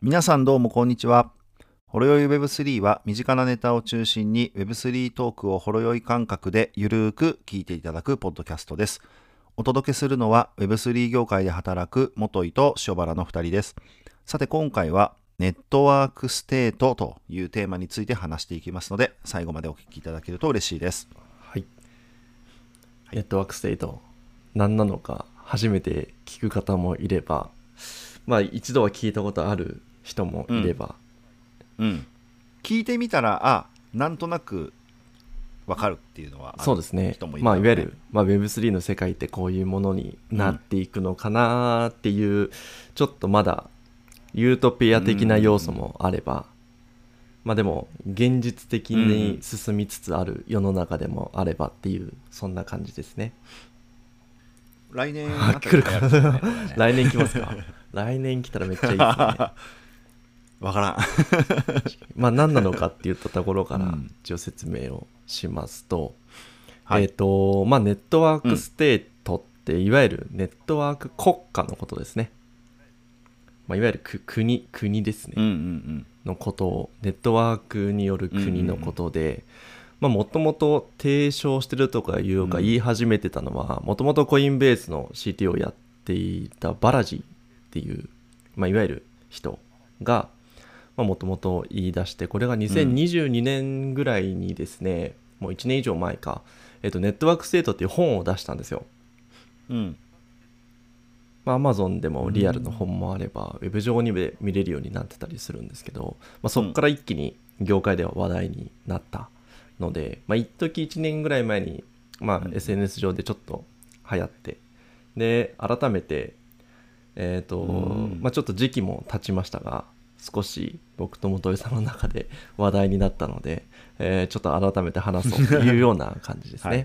皆さんどうもこんにちは。ほろよい Web3 は身近なネタを中心に Web3 トークをほろよい感覚でゆるーく聞いていただくポッドキャストです。お届けするのは Web3 業界で働く元井と塩原の2人です。さて今回はネットワークステートというテーマについて話していきますので、最後までお聞きいただけると嬉しいです。 はい、ネットワークステート何なのか初めて聞く方もいれば、一度は聞いたことある人もいれば、 聞いてみたらなんとなく分かるっていうのはあるそうですね。 人もいるよね。 いわゆる、Web3 の世界ってこういうものになっていくのかなっていう、ちょっとまだユートピア的な要素もあれば、でも現実的に進みつつある世の中でもあればっていう、そんな感じですね。 来年あたり来るかな来年来ますか来年来たらめっちゃいいですね。 わからん何なのかっていったところから一応説明をしますと、 はい、 ネットワークステートっていわゆるネットワーク国家のことですね。いわゆる国ですね、のことをネットワークによる国のことで、もともと提唱してるとかいうか言い始めてたのは、もともとコインベースの CTO をやっていたバラジっていう、いわゆる人がもともと言い出して、これが2022年ぐらいにですね、もう1年以上前か、ネットワークステートっていう本を出したんですよ。Amazon でもリアルの本もあれば、ウェブ上に見れるようになってたりするんですけど、そこから一気に業界では話題になったので、一時1年ぐらい前に、SNS 上でちょっと流行って、で改めて、ちょっと時期も経ちましたが、少し僕と元井さんの中で話題になったので、ちょっと改めて話そうというような感じですね。はい、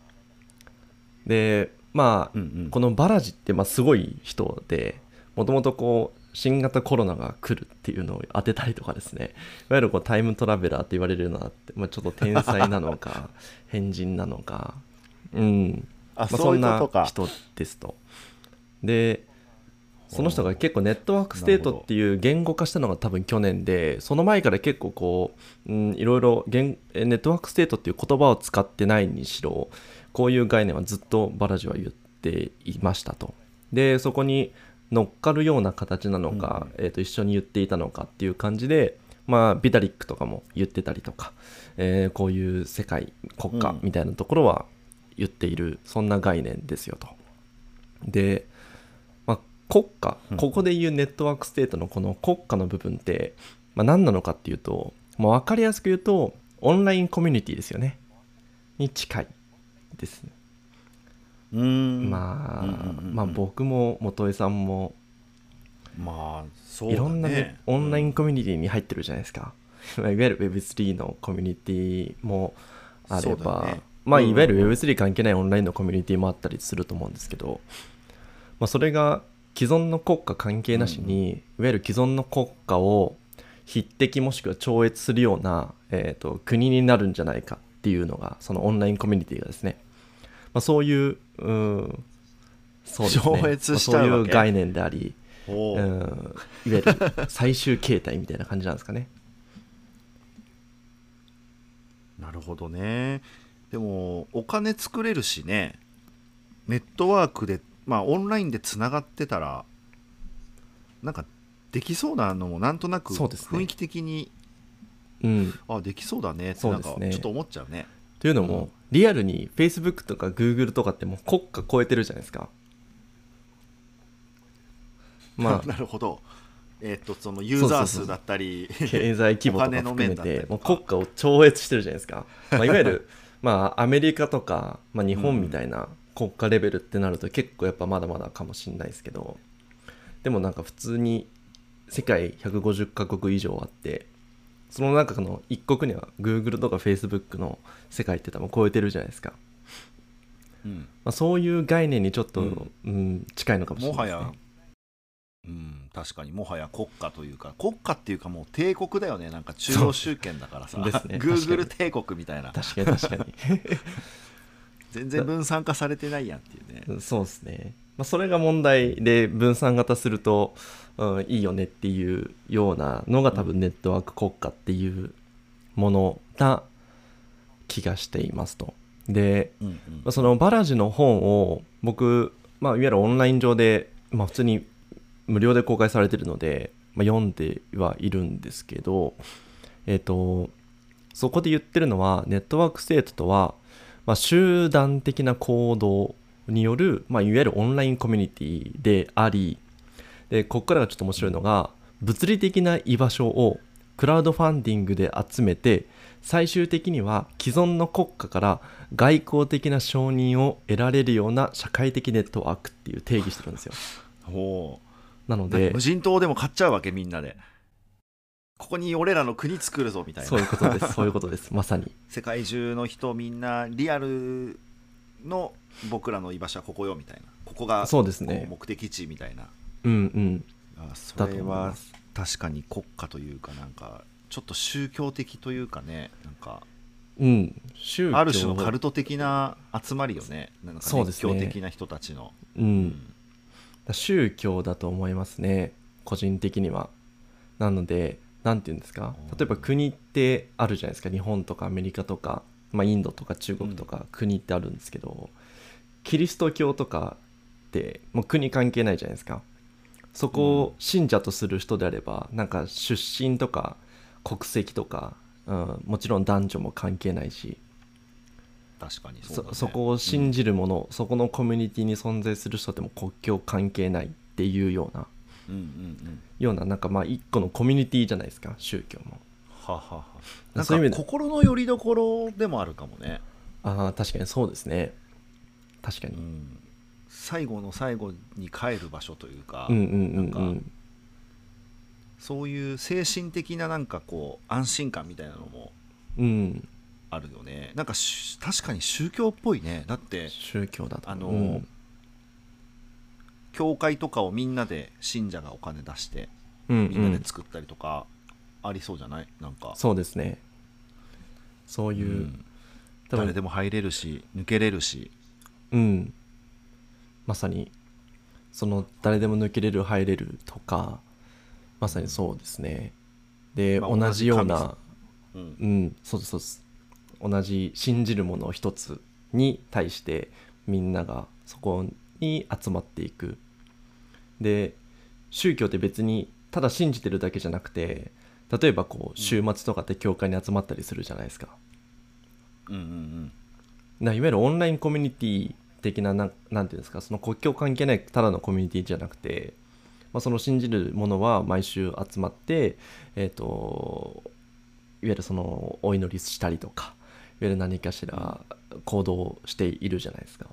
でこのバラジってすごい人で、もともと新型コロナが来るっていうのを当てたりとかですね、いわゆるタイムトラベラーって言われるような、ちょっと天才なのか変人なのか、そんな人ですと。でその人が結構ネットワークステートっていう言語化したのが多分去年で、その前から結構いろいろネットワークステートっていう言葉を使ってないにしろ、こういう概念はずっとバラジは言っていましたと。でそこに乗っかるような形なのか、一緒に言っていたのかっていう感じで、ビタリックとかも言ってたりとか、こういう世界国家みたいなところは言っている、そんな概念ですよと。で国家、ここでいうネットワークステートのこの国家の部分って、何なのかっていうと、分かりやすく言うとオンラインコミュニティですよねに近いですね。僕も元井さんもそうだね、 いろんな、オンラインコミュニティに入ってるじゃないですか。いわゆる Web3 のコミュニティもあれば、いわゆる Web3 関係ないオンラインのコミュニティもあったりすると思うんですけど、それが既存の国家関係なしに、いわゆる既存の国家を匹敵もしくは超越するような、国になるんじゃないかっていうのが、そのオンラインコミュニティがですね、そういう、そうですね、 超越しちゃうわけ、 そういう概念であり、いわゆる最終形態みたいな感じなんですかね。 なるほどね。でもお金作れるしね、ネットワークでオンラインでつながってたらなんかできそうなのもなんとなく雰囲気的に、できそうだねってなんかちょっと思っちゃうね。 というのも、リアルに Facebook とか Google とかってもう国家超えてるじゃないですか。 なるほど。そのユーザー数だったり経済規模とか含めてもう国家を超越してるじゃないですか。いわゆるアメリカとか、日本みたいな国家レベルってなると結構やっぱまだまだかもしれないですけど、でもなんか普通に世界150カ国以上あって、その中の一国には Google とか Facebook の世界って多分超えてるじゃないですか。そういう概念にちょっと、近いのかもしれないですね。 確かにもはや国家というか、国家っていうかもう帝国だよね。なんか中央集権だからさ、 ですね、 Google 帝国みたいな。 確かに全然分散化されてないやんっていうね。 そうですね。 それが問題で分散型すると、いいよねっていうようなのが多分ネットワーク国家っていうものな気がしていますと。で、そのバラジの本を僕、いわゆるオンライン上で、普通に無料で公開されているので、読んではいるんですけど、そこで言ってるのはネットワークステートとは、集団的な行動による、いわゆるオンラインコミュニティであり、でここからがちょっと面白いのが、物理的な居場所をクラウドファンディングで集めて、最終的には既存の国家から外交的な承認を得られるような社会的ネットワークっていう定義してるんですよ。 ほう。 なので無人島でも買っちゃうわけ、みんなで。ここに俺らの国作るぞみたいな。 そういうことですそういうことです。まさに世界中の人みんなリアルの僕らの居場所はここよみたいな、ここがそうですね、 こう目的地みたいな。それは確かに国家というか、なんかちょっと宗教的というかね、なんか、 宗教、 ある種のカルト的な集まりよね。なんか熱狂的な人たちの、 宗教だと思いますね、個人的には。なのでなんていうんですか、例えば国ってあるじゃないですか。日本とかアメリカとか、インドとか中国とか国ってあるんですけど、キリスト教とかってもう国関係ないじゃないですか。そこを信者とする人であれば、なんか出身とか国籍とか、もちろん男女も関係ないし、 確かにそうだね。 そこを信じる者、そこのコミュニティに存在する人でも国境関係ないっていうような、なんか一個のコミュニティじゃないですか、宗教も。 なんか心の拠り所でもあるかもね。 確かにそうですね。確かに、 最後の最後に帰る場所というか、そういう精神的ななんかこう安心感みたいなのもあるよね。なんか確かに宗教っぽいね。だって宗教だと教会とかをみんなで信者がお金出して、みんなで作ったりとかありそうじゃない？なんかそうですね。そういう、 誰でも入れるし抜けれるし、 まさにその誰でも抜けれる入れるとか、まさにそうですね。で、同じような、そうですそうです。同じ信じるもの一つに対してみんながそこに集まっていく。で、宗教って別にただ信じてるだけじゃなくて、例えばこう週末とかって教会に集まったりするじゃないですか。いわゆるオンラインコミュニティ的な、なんていうんですか、その国境関係ないただのコミュニティじゃなくて、その信じるものは毎週集まって、いわゆるそのお祈りしたりとか、いわゆる何かしら行動しているじゃないですか。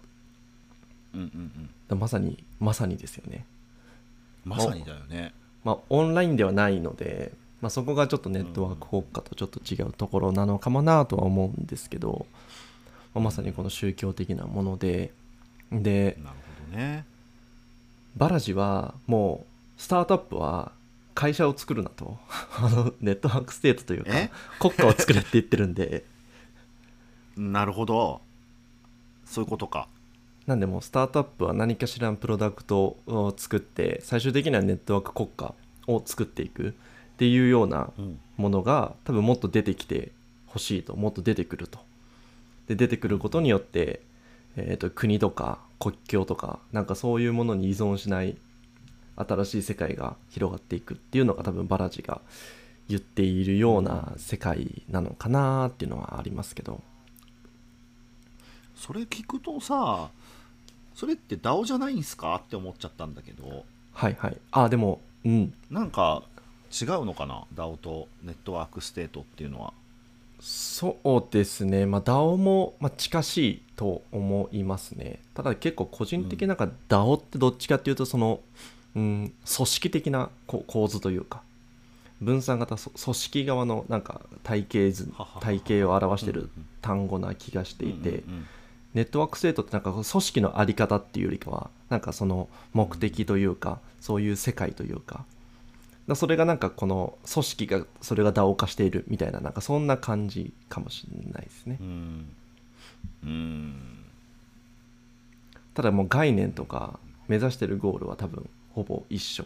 まさにですよね。 まさにだよね。 オンラインではないので、そこがちょっとネットワーク国家とちょっと違うところなのかもなとは思うんですけど、まさにこの宗教的なもので、 なるほどね。 バラジはもうスタートアップは会社を作るなとネットワークステートというか国家を作れって言ってるんでなるほど、そういうことか。 なんでもうスタートアップは何かしらのプロダクトを作って最終的にはネットワーク国家を作っていくっていうようなものが多分もっと出てきてほしいと、もっと出てくると。で出てくることによって、国とか国境とかなんかそういうものに依存しない新しい世界が広がっていくっていうのが多分バラジが言っているような世界なのかなっていうのはありますけど、 それ聞くとさ、それって DAO じゃないんすかって思っちゃったんだけど。 でもなんか違うのかな、 DAO とネットワークステートっていうのは。 そうですね、DAO も近しいと思いますね。ただ結構個人的なDAO ってどっちかっていうとその、組織的な構図というか分散型組織側のなんか体系を表している単語な気がしていて、ネットワークステートってなんか組織のあり方っていうよりかはなんかその目的というかそういう世界というか、それがなんかこの組織がそれがDAO化しているみたいな、なんかそんな感じかもしれないですね。ただもう概念とかいわ目指してるゴールは多分ほぼ一緒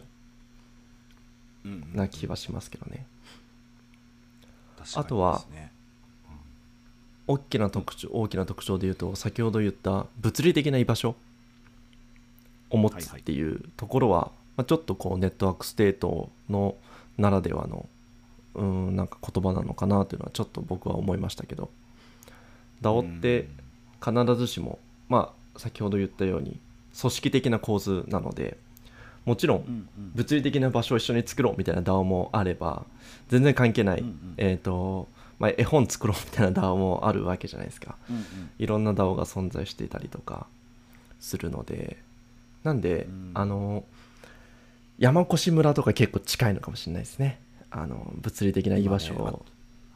な気はしますけどね。あとは大きな特徴で言うと、先ほど言った物理的な居場所を持つっていうところは、ちょっとこうネットワークステートのならではのなんか言葉なのかなというのはちょっと僕は思いましたけど、 DAO って必ずしも先ほど言ったように組織的な構図なので、もちろん物理的な場所を一緒に作ろうみたいな DAO もあれば、全然関係ない、絵本作ろうみたいな DAO もあるわけじゃないですか。いろんな DAO が存在していたりとかするので、なんで山越村とか結構近いのかもしれないですね。物理的な居場所を、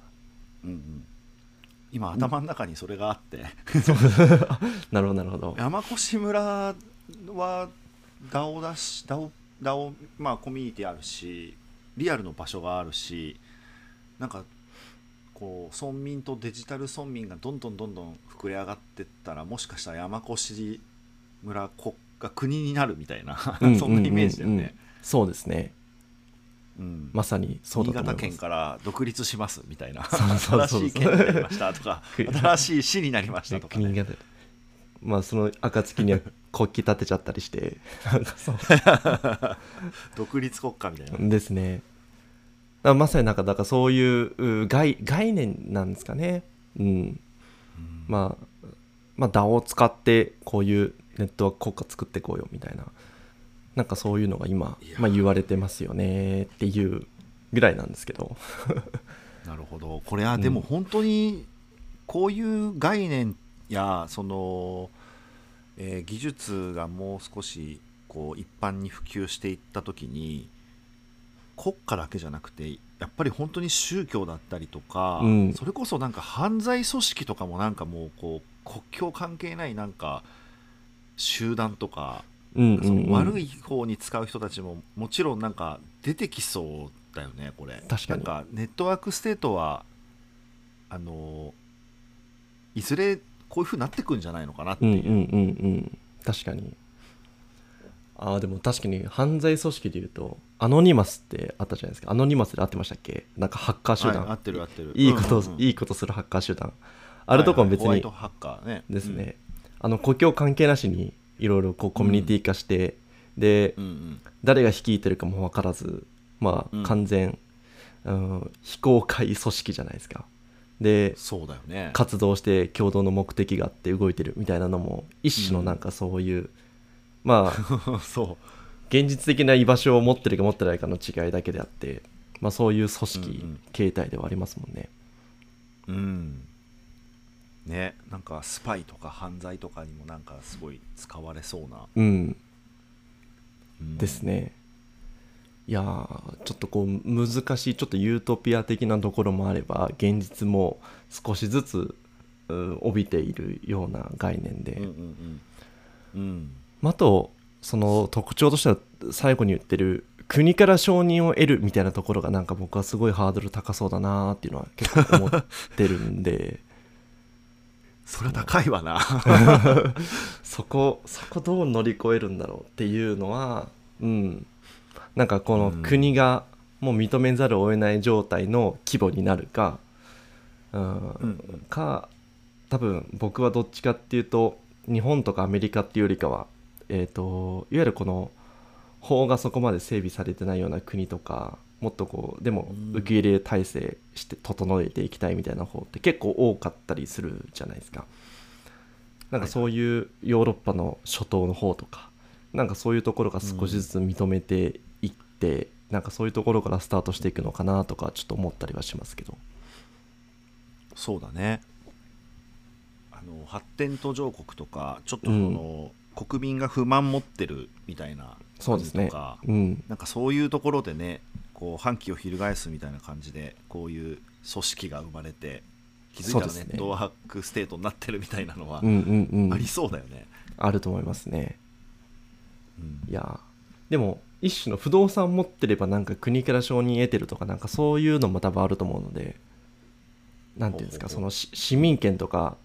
今頭の中にそれがあってなるほどなるほど。 山越村は DAO だし DAO コミュニティあるし、リアルの場所があるし、なんかこう村民とデジタル村民がどんどん膨れ上がってったら、もしかしたら山越村が国になるみたいなそんなイメージだよね。 そうですね、まさにそうだと思います。 新潟県から独立しますみたいな新しい県になりましたとか新しい市になりましたとか、ね、 その暁には国旗立てちゃったりしてなんかそう独立国家みたいなですね。まさにだからそういう概念なんですかね。DAO を使ってこういうネットワーク国家作っていこうよみたいな、なんかそういうのが今、言われてますよねっていうぐらいなんですけどなるほど。これはでも本当にこういう概念やその、技術がもう少しこう一般に普及していった時に、国家だけじゃなくてやっぱり本当に宗教だったりとか、それこそなんか犯罪組織とかもなんかもうこう国境関係ないなんか集団とか、その悪い方に使う人たちももちろんなんか出てきそうだよね。これ確かになんかネットワークステートはいずれこういう風になってくんじゃないのかなっていう。 確かに。でも確かに犯罪組織でいうとアノニマスってあったじゃないですか。アノニマスで合ってましたっけ？なんかハッカー集団、 合ってるいいことするハッカー集団、あれとかも別に、 ホワイトハッカーねですね、国境関係なしにいろいろコミュニティ化して、で、誰が率いてるかも分からず、完全、非公開組織じゃないですか。で、 そうだよね、 活動して共同の目的があって動いてるみたいなのも一種のなんかそういう、 そう現実的な居場所を持ってるか持ってないかの違いだけであって、そういう組織形態ではありますもんね。 ね、なんかスパイとか犯罪とかにもなんかすごい使われそうな、 ですね。いやちょっとこう難しい、ちょっとユートピア的なところもあれば、現実も少しずつ帯びているような概念で、あとその特徴としては最後に言ってる国から承認を得るみたいなところがなんか僕はすごいハードル高そうだなっていうのは結構思ってるんでそれは高いわなそこどう乗り越えるんだろうっていうのは、なんかこの国がもう認めざるを得ない状態の規模になるか、多分僕はどっちかっていうと日本とかアメリカっていうよりかは、いわゆるこの法がそこまで整備されてないような国とか、もっとこうでも受け入れ体制して整えていきたいみたいな方って結構多かったりするじゃないですか。なんかそういうヨーロッパの初頭の方とか、なんかそういうところが少しずつ認めていって、なんかそういうところからスタートしていくのかなとかちょっと思ったりはしますけど。 そうだね、発展途上国とかちょっとその、国民が不満持ってるみたいなそうですね、 なんかそういうところでね、こう反旗を翻すみたいな感じでこういう組織が生まれて、気づいたらネットワークステートになってるみたいなのはありそうだよね。 あると思いますね。いやでも一種の不動産持ってればなんか国から承認得てるとか、なんかそういうのも多分あると思うので、なんていうんですか、その市民権とか、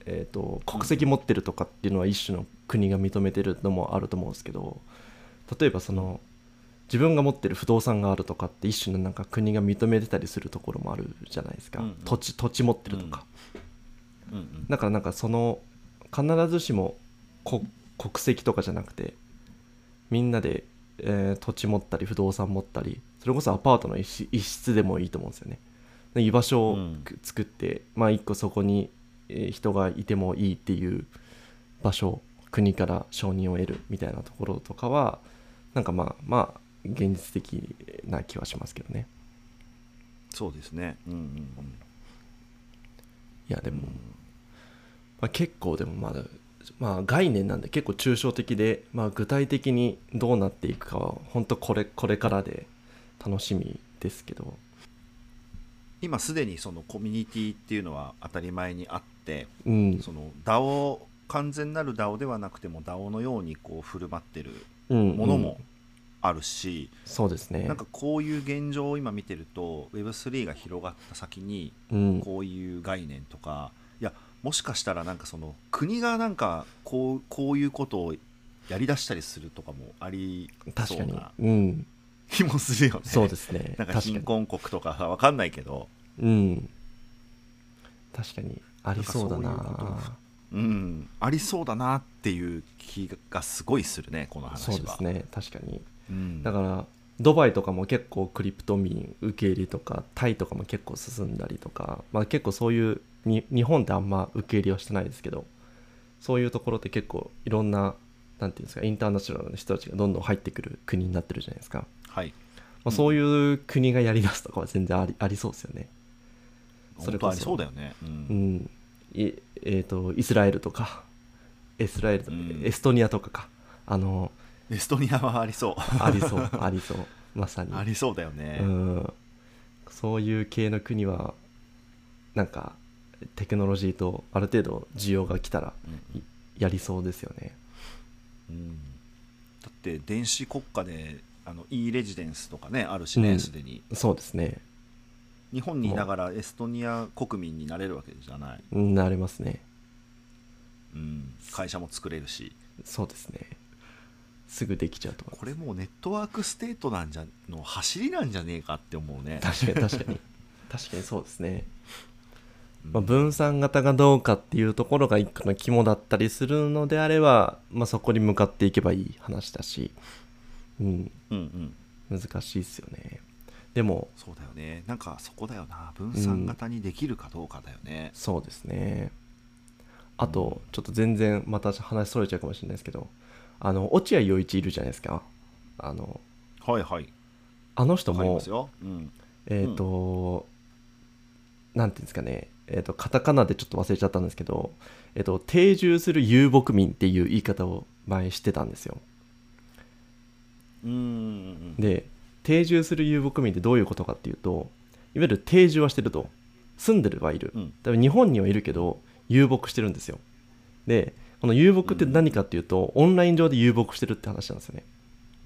国籍持ってるとかっていうのは一種の国が認めてるのもあると思うんですけど、例えばその自分が持ってる不動産があるとかって一種のなんか国が認めてたりするところもあるじゃないですか、 うんうん、 土地持ってるとか、 うんうん、 だからなんかその必ずしも国籍とかじゃなくてみんなで、土地持ったり不動産持ったり、それこそアパートの一室でもいいと思うんですよね。で居場所を作って、まあ一個そこに人がいてもいいっていう場所、国から承認を得るみたいなところとかはなんかまあ現実的な気はしますけどね。 そうですね、うんうんうん、 いやでも、まあ、結構でもまあ概念なんで結構抽象的で、まあ、具体的にどうなっていくかは本当これからで楽しみですけど、 今すでにそのコミュニティっていうのは当たり前にあって、 うん、 その DAO 完全なる DAO ではなくても DAO のようにこう振る舞ってるものもあるし、 そうですね、 なんかこういう現状を今見てると Web3 が広がった先にこういう概念とか、いやもしかしたらなんかその国がなんかこういうことをやりだしたりするとかもありそうな気もするよね。 そうですね、 なんか貧困国とか分かんないけど、 確かにありそうだな、 ありそうだなっていう気がすごいするね、この話は。 そうですね、確かに、だからドバイとかも結構クリプト民受け入れとか、タイとかも結構進んだりとか、まあ、結構そういう日本ってあんま受け入れはしてないですけど、そういうところって結構いろんななんていうんですか、インターナショナルな人たちがどんどん入ってくる国になってるじゃないですか、 はい、 まあ、そういう国がやりだすとかは全然ありそうですよね。 それこそありそうだよね、 イスラエルとかエストニアとかエストニアはありそうありそうまさにありそうだよね、 そういう系の国はなんかテクノロジーとある程度需要が来たらやりそうですよね、 だって電子国家でe レジデンスとかねあるしね、すでに。 そうですね、 日本にいながらエストニア国民になれるわけじゃない。 なれますね、 会社も作れるし。 そうですね、すぐできちゃうと思います。 これもうネットワークステートの走りなんじゃねえかって思うね。 確かにそうですね、まあ、分散型がどうかっていうところが一個の肝だったりするのであれば、まあ、そこに向かっていけばいい話だし、難しいですよね。でもそうだよね、なんかそこだよな、分散型にできるかどうかだよね、 そうですね。あと、ちょっと全然また話それちゃうかもしれないですけど、落合陽一いるじゃないですか。 はいはい、 あの人もなんていうんですかね、カタカナでちょっと忘れちゃったんですけど、定住する遊牧民っていう言い方を前してたんですよ。で、定住する遊牧民ってどういうことかっていうと、いわゆる定住はしてると、住んでるはいる、だから日本にはいるけど遊牧してるんですよ。でこの遊牧って何かっていうと、オンライン上で遊牧してるって話なんですよね。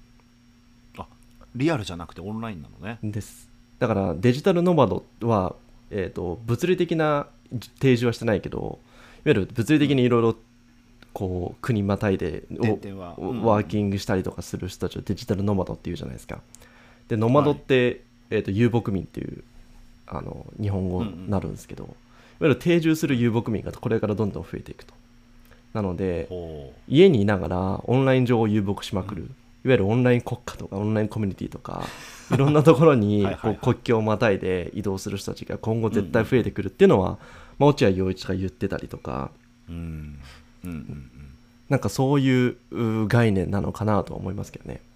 リアルじゃなくてオンラインなのね。 です。だからデジタルノマドは、物理的な定住はしてないけど、いわゆる物理的にいろいろこう国またいでワーキングしたりとかする人たちをデジタルノマドっていうじゃないですか。でノマドって、遊牧民っていう日本語になるんですけど、いわゆる定住する遊牧民がこれからどんどん増えていくと。なので家にいながらオンライン上を遊牧しまくる、いわゆるオンライン国家とかオンラインコミュニティとかいろんなところにこう国境をまたいで移動する人たちが今後絶対増えてくるっていうのは、まあ、落合陽一が言ってたりとか、なんかそういう概念なのかなと思いますけどね。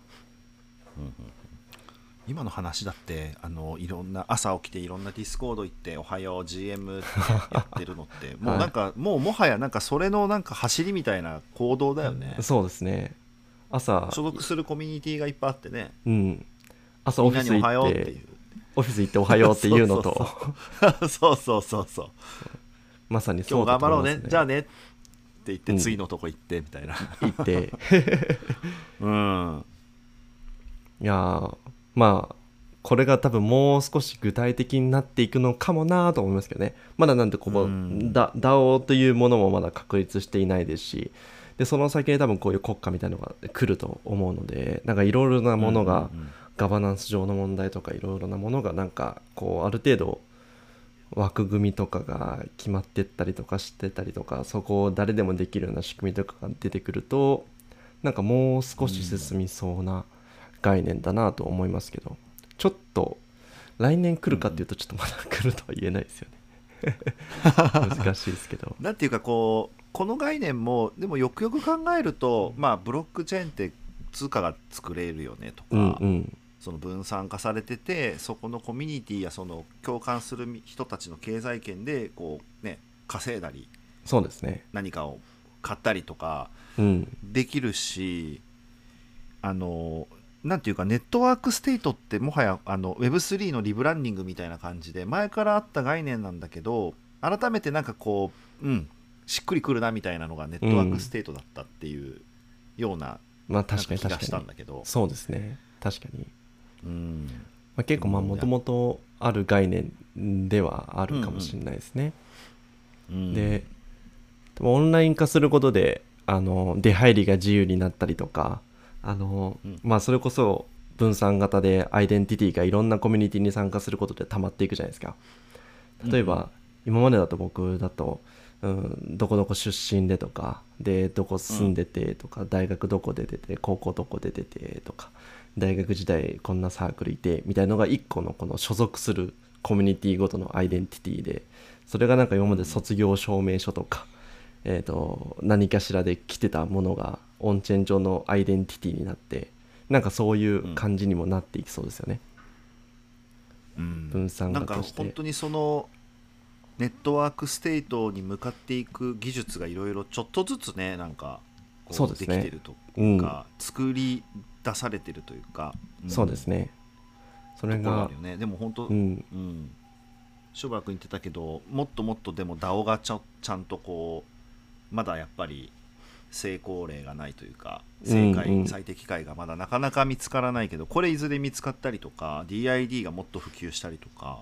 今の話だっていろんな朝起きていろんなディスコード行っておはよう GM ってやってるのってもうなんか、もはやなんかそれのなんか走りみたいな行動だよね。 そうですね。朝所属するコミュニティがいっぱいあってね、 朝オフィス行っておはようっていうのとそうまさにそうだと思いますね。今日頑張ろうね、じゃあねって言って次のとこ行ってみたいな、 行っていやまあこれが多分もう少し具体的になっていくのかもなと思いますけどね。まだなんてこう、DAO というものもまだ確立していないですし、でその先で多分こういう国家みたいなのが来ると思うので、なんかいろいろなものが、ガバナンス上の問題とかいろいろなものがなんかこうある程度枠組みとかが決まってったりとかしてたりとか、そこを誰でもできるような仕組みとかが出てくると、なんかもう少し進みそうな概念だなと思いますけど、ちょっと来年来るかっていうとちょっとまだ来るとは言えないですよね難しいですけど、 なんていうかこの概念もでもよくよく考えると、まあブロックチェーンって通貨が作れるよねとか、その分散化されてて、そこのコミュニティやその共感する人たちの経済圏でこうね稼いだり、 そうですね、 何かを買ったりとかできるし、なんていうかネットワークステートってもはやWeb3 のリブランディングみたいな感じで前からあった概念なんだけど、改めてなんかこうしっくりくるなみたいなのがネットワークステートだったっていうような確かに気がしたんだけど、 そうですね、確かに、結構もともとある概念ではあるかもしれないですね。でオンライン化することで出入りが自由になったりとか、それこそ分散型でアイデンティティがいろんなコミュニティに参加することで溜まっていくじゃないですか。例えば、今までだと僕だと、どこどこ出身でとかで、どこ住んでてとか、大学どこで出て高校どこで出てとか、大学時代こんなサークルいてみたいなのが一個のこの所属するコミュニティごとのアイデンティティで、それがなんか今まで卒業証明書とか、何かしらで来てたものがオンチェーン上のアイデンティティになって、なんかそういう感じにもなっていきそうですよね。分散型として、 なんか本当にそのネットワークステートに向かっていく技術がいろいろちょっとずつね、なんかこうできてるとか、作り出されてるというか、 そうですね、それがでも本当、ショバ君言ってたけど、もっともっとでも DAO がちゃんとこうまだやっぱり成功例がないというか、最適解がまだなかなか見つからないけど、これいずれ見つかったりとか、 DID がもっと普及したりとか、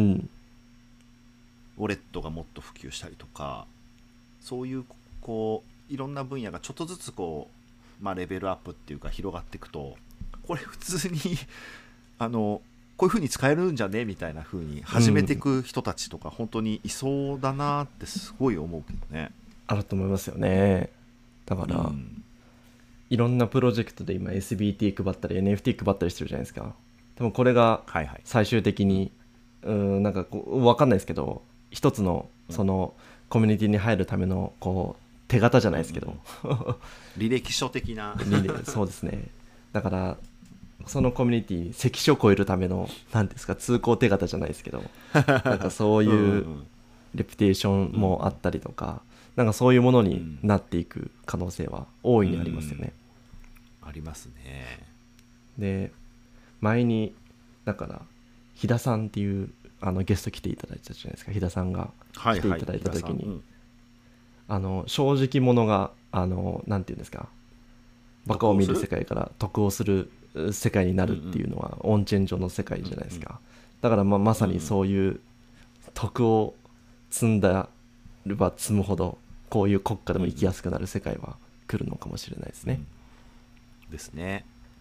ウォレットがもっと普及したりとか、そういうこういろんな分野がちょっとずつこう、レベルアップっていうか広がっていくと、これ普通にこういう風に使えるんじゃねみたいな風に始めていく人たちとか本当にいそうだなってすごい思うけどね。 あると思いますよね。だから、いろんなプロジェクトで今 SBT 配ったり NFT 配ったりしてるじゃないですか。でもこれが最終的に、なんかこう分かんないですけど、一つのそのコミュニティに入るためのこう手形じゃないですけど、 履歴書的なそうですね。だからそのコミュニティ関所を超えるための何ですか、通行手形じゃないですけどなんかそういうレピュテーションもあったりとか、なんかそういうものになっていく可能性は大いにありますよね。 ありますね。 で前にだから飛田さんっていうゲスト来ていただいたじゃないですか。飛田さんが来ていただいた時に、正直者がなんていうんですか、バカを見る世界から得をする世界になるっていうのはオンチェーン上の世界じゃないですか。だからまさにそういう得を積んだれば積むほど、こういう国家でも生きやすくなる世界は来るのかもしれないですね。 ですね。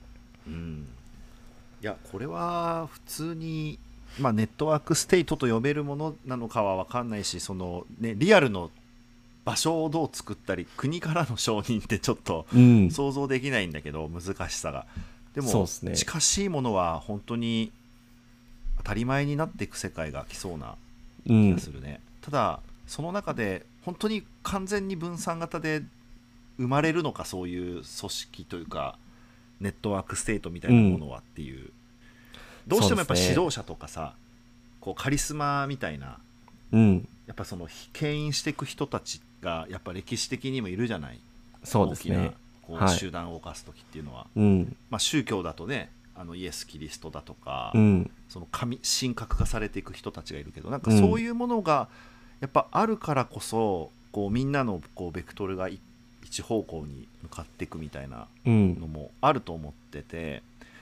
いやこれは普通に、ネットワークステートと呼べるものなのかは分かんないし、そのねリアルの場所をどう作ったり国からの承認ってちょっと想像できないんだけど、難しさが。でも近しいものは本当に当たり前になっていく世界が来そうな気がするね。ただその中で本当に完全に分散型で生まれるのか、そういう組織というかネットワークステートみたいなものはっていう、どうしてもやっぱ指導者とかさ、こうカリスマみたいな、やっぱその牽引していく人たちがやっぱ歴史的にもいるじゃない。 そうですね。 大きなこう集団を動かす時っていうのは、宗教だとね、イエス・キリストだとか、その神格化されていく人たちがいるけど、なんかそういうものがやっぱあるからこそ、こうみんなのこうベクトルが一方向に向かっていくみたいなのもあると思ってて、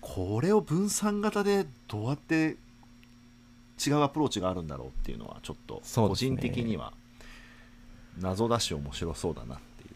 これを分散型でどうやって違うアプローチがあるんだろうっていうのはちょっと個人的には謎だし面白そうだなっていう。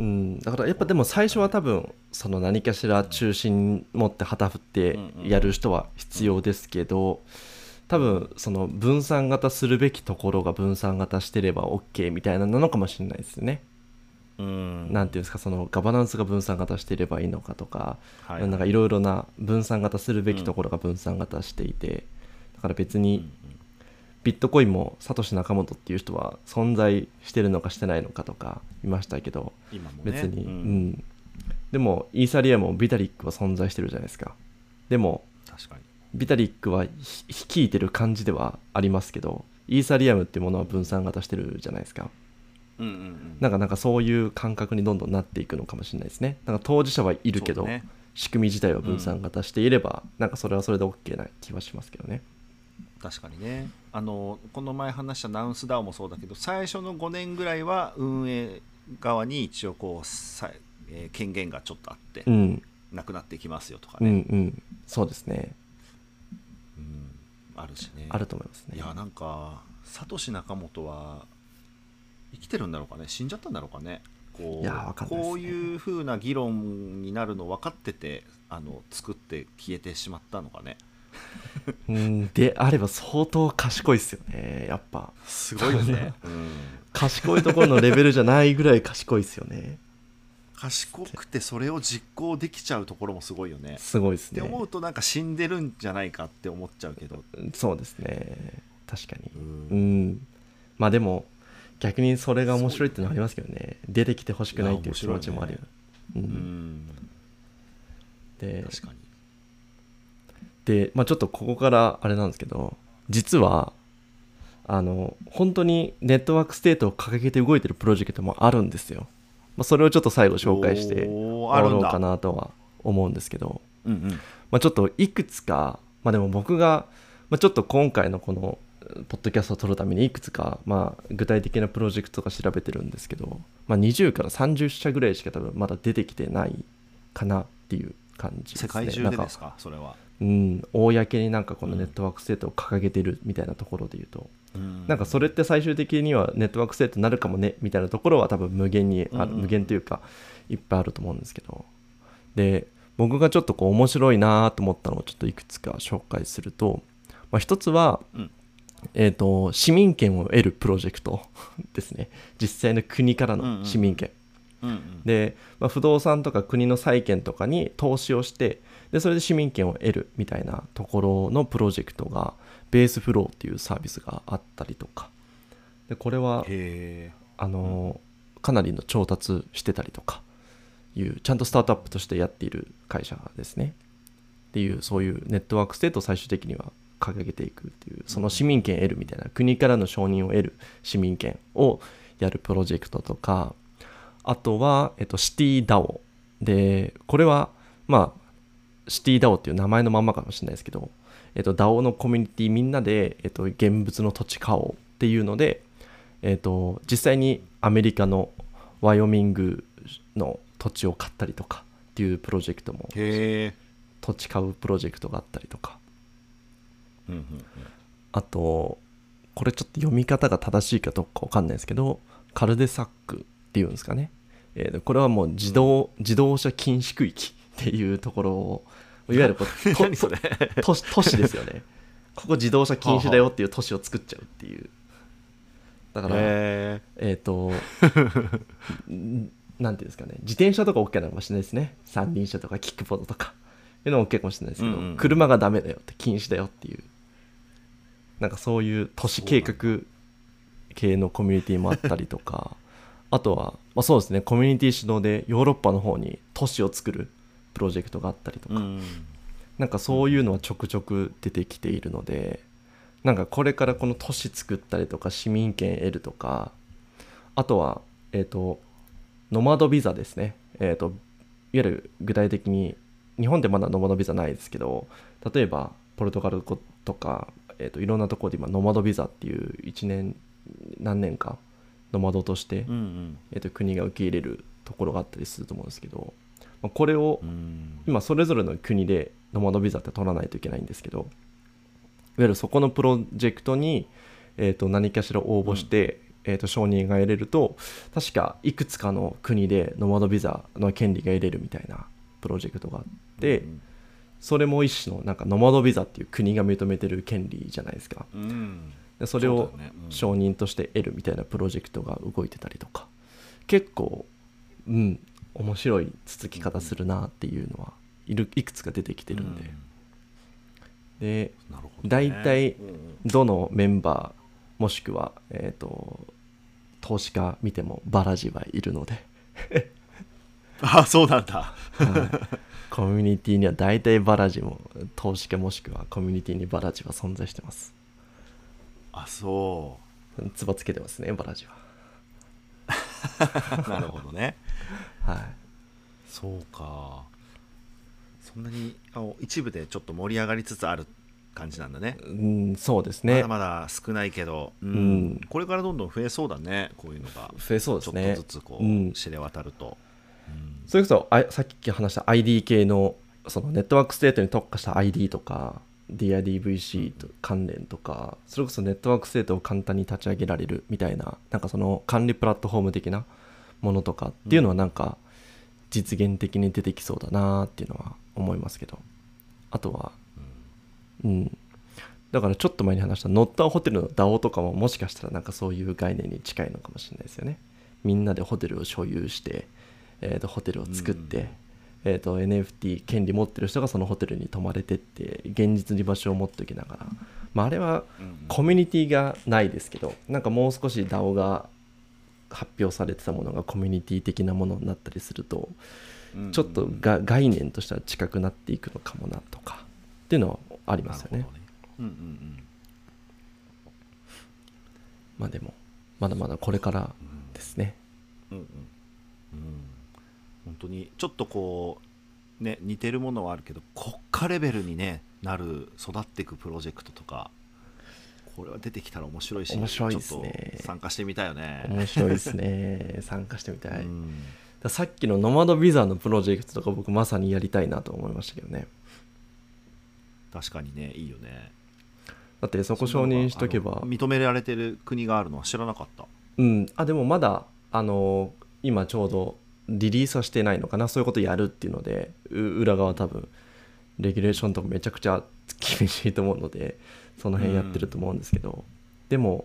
うん、だからやっぱでも最初は多分その何かしら中心持って旗振ってやる人は必要ですけど、多分その分散型するべきところが分散型してれば OK みたいなのかもしれないですね。なんていうんですか、そのガバナンスが分散型していればいいのかとか、 はいはい、 なんかいろいろな分散型するべきところが分散型していて、だから別にビットコインもサトシ・ナカモトっていう人は存在してるのかしてないのかとかいましたけど、 今もね、 別に、でもイーサリアムもビタリックは存在してるじゃないですか。でも確かにビタリックは率いてる感じではありますけど、イーサリアムっていうものは分散型してるじゃないですか。なんかそういう感覚にどんどんなっていくのかもしれないですね。なんか当事者はいるけど、ね、仕組み自体は分散型していれば、なんかそれはそれで OK な気はしますけどね。 確かにね。この前話したナウンスダウもそうだけど、最初の5年ぐらいは運営側に一応こう権限がちょっとあって、なくなっていきますよとかね、 そうですね、 あるしね。 あると思いますね。 いや、なんかサトシ・ナカモトは生きてるんだろうかね、死んじゃったんだろうかね。 いや、わかんないですね。 こういう風な議論になるの分かってて作って消えてしまったのかね。 であれば相当賢いっすよね。やっぱすごいよね、 賢いところのレベルじゃないぐらい賢いっすよね。 賢くてそれを実行できちゃうところもすごいよね。 すごいですね。 って思うとなんか死んでるんじゃないかって思っちゃうけど。 そうですね、確かに。まあでも逆にそれが面白いっていうのはありますけどね。出てきてほしくないっていう気持ちもあるよ、で、 確かに。 で、まあ、ちょっとここからあれなんですけど、実は本当にネットワークステートを掲げて動いてるプロジェクトもあるんですよ。まあ、それをちょっと最後紹介して終わろうかなとは思うんですけど、まあ、ちょっといくつか、まあ、でも僕が、まあ、ちょっと今回のこのポッドキャストを撮るためにいくつか、まあ、具体的なプロジェクトとか調べてるんですけど、まあ、20から30社ぐらいしか多分まだ出てきてないかなっていう感じですね。 世界中でですか、それは。 公になんかこのネットワークステートを掲げてるみたいなところで言うと、なんかそれって最終的にはネットワークステートになるかもねみたいなところは多分無限にある、無限というかいっぱいあると思うんですけど、で僕がちょっとこう面白いなと思ったのをちょっといくつか紹介すると、まあ、一つは、市民権を得るプロジェクトですね。実際の国からの市民権、で、まあ、不動産とか国の債権とかに投資をして、でそれで市民権を得るみたいなところのプロジェクトがベースフローっていうサービスがあったりとかで、これはかなりの調達してたりとかいうちゃんとスタートアップとしてやっている会社ですねっていう、そういうネットワークステートを最終的には掲げていくっていう、その市民権を得るみたいな、国からの承認を得る市民権をやるプロジェクトとか、あとは、シティ DAO で、これはまあシティ DAO っていう名前のまんまかもしれないですけど、DAO のコミュニティみんなで、現物の土地買おうっていうので、実際にアメリカのワイオミングの土地を買ったりとかっていうプロジェクトも、土地買うプロジェクトがあったりとか、あとこれちょっと読み方が正しいかどうか分かんないですけど、カルデサックっていうんですかね、これはもう自動車禁止区域っていうところを、いわゆるこう都市ですよね。ここ自動車禁止だよっていう都市を作っちゃうっていう。だからなんていうんですかね、自転車とか OK なのかもしれないですね。三輪車とかキックボードとかいうのも OK かもしれないですけど、車がダメだよって禁止だよっていう、なんかそういう都市計画系のコミュニティもあったりとか、あとは、まあ、そうですね、コミュニティ主導でヨーロッパの方に都市を作るプロジェクトがあったりとか、なんかそういうのはちょくちょく出てきているので、なんかこれからこの都市作ったりとか市民権得るとか、あとはノマドビザですね。いわゆる具体的に日本でまだノマドビザないですけど、例えばポルトガルとか、いろんなところで今ノマドビザっていう1年何年かノマドとして、国が受け入れるところがあったりすると思うんですけど、これを今それぞれの国でノマドビザって取らないといけないんですけど、いわゆるそこのプロジェクトに、何かしら応募して、承認が得れると、確かいくつかの国でノマドビザの権利が得れるみたいなプロジェクトがあって、それも一種のなんかノマドビザっていう国が認めてる権利じゃないですか。でそれを承認として得るみたいなプロジェクトが動いてたりとか、結構面白い続き方するなっていうのはいくつか出てきてるんで、大体どのメンバーもしくは投資家見てもバラジはいるのであ、そうなんだコミュニティには大体バラジも投資家もしくはコミュニティにバラジは存在してます。 あ、そう。 つばつけてますね、バラジはなるほどね。 はい。 そうか。そんなに一部でちょっと盛り上がりつつある感じなんだね。 そうですね。 まだまだ少ないけど、これからどんどん増えそうだね。こういうのが増えそうですね。 ちょっとずつこう、知れ渡ると。 それこそさっき話した ID 系のそのネットワークステートに特化した ID とか DIDVC と関連とか、それこそネットワークステートを簡単に立ち上げられるみたいな、なんかその管理プラットフォーム的なものとかっていうのはなんか実現的に出てきそうだなっていうのは思いますけど、あとはだからちょっと前に話したノッターホテルの DAO とかももしかしたらなんかそういう概念に近いのかもしれないですよね。みんなでホテルを所有して、ホテルを作って、NFT 権利持ってる人がそのホテルに泊まれてって現実に場所を持っておきながら、あれはコミュニティがないですけど、なんかもう少し DAO が発表されてたものがコミュニティ的なものになったりすると、ちょっと概念としては近くなっていくのかもなとかっていうのはありますよね。まあでもまだまだこれからですね。 本当にちょっとこうね、似てるものはあるけど、国家レベルに、ね、なる育っていくプロジェクトとか、これは出てきたら面白いし、 面白いですね。 ちょっと参加してみたいよね。 面白いですね。参加してみたい。さっきのノマドビザのプロジェクトとか僕まさにやりたいなと思いましたけどね。確かにね、いいよね。 だってそこ承認しとけば認められてる国があるのは知らなかった。 でもまだ今ちょうどリリースはしてないのかな。そういうことやるっていうので裏側多分レギュレーションとかめちゃくちゃ厳しいと思うので、その辺やってると思うんですけど、でも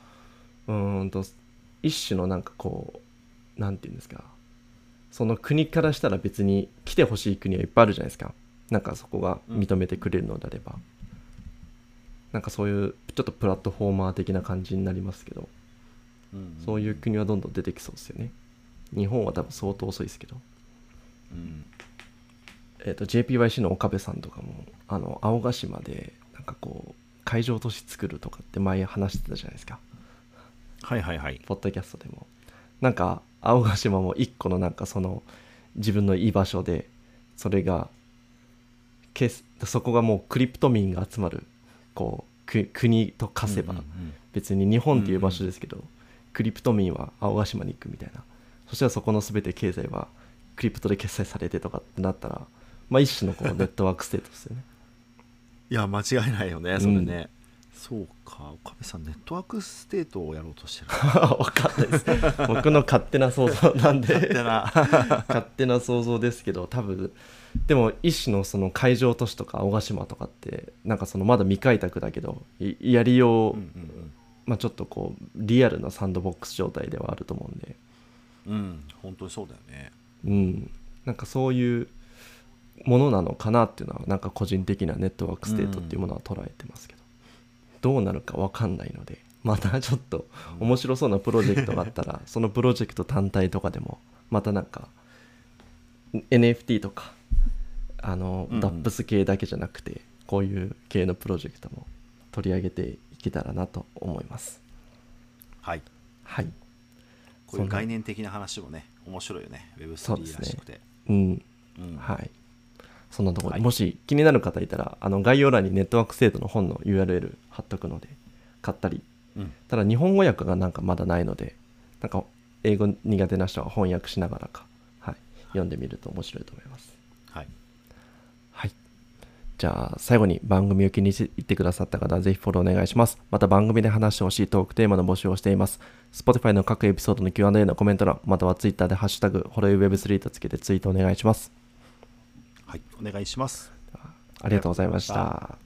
一種のなんかこうなんていうんですか、その国からしたら別に来てほしい国はいっぱいあるじゃないですか。なんかそこが認めてくれるのであれば、なんかそういうちょっとプラットフォーマー的な感じになりますけど、そういう国はどんどん出てきそうですよね。日本は多分相当遅いですけど、JPYC の岡部さんとかも青ヶ島でなんかこう海上都市作るとかって前話してたじゃないですか。 はいはいはい。 ポッドキャストでもなんか青ヶ島も一個のなんかその自分の居場所で、それがそこがもうクリプト民が集まるこう国と化せば、別に日本っていう場所ですけど、クリプト民は青ヶ島に行くみたいな、そしたらそこの全て経済はクリプトで決済されてとかってなったら、一種のこうネットワークステートですよね。 いや間違いないよねそれね。そうか、岡部さんネットワークステートをやろうとしてる分かんないです僕の勝手な想像なんで勝手な想像ですけど、多分でも一種のその海上都市とか青ヶ島とかってなんかそのまだ未開拓だけどやりよう、ちょっとこうリアルなサンドボックス状態ではあると思うんで、 本当にそうだよね。 なんかそういうものなのかなっていうのはなんか個人的なネットワークステートっていうものは捉えてますけど、どうなるか分かんないので、またちょっと面白そうなプロジェクトがあったらそのプロジェクト単体とかでもまたなんか NFT とかDAPS 系だけじゃなくてこういう系のプロジェクトも取り上げていけたらなと思います。 はい、こういう概念的な話もね面白いよね、 Web3 らしくて。 そんなところで、もし気になる方いたら概要欄にネットワークステートの本の URL 貼っとくので買ったり、ただ日本語訳がなんかまだないので、なんか英語苦手な人は翻訳しながら読んでみると面白いと思います。 じゃあ最後に番組を気に入ってくださった方はぜひフォローお願いします。また番組で話してほしいトークテーマの募集をしています。Spotify の各エピソードの Q&A のコメント欄、または Twitter でハッシュタグほろよい Web3 とつけてツイートお願いします。 はい、お願いします。 ありがとうございました。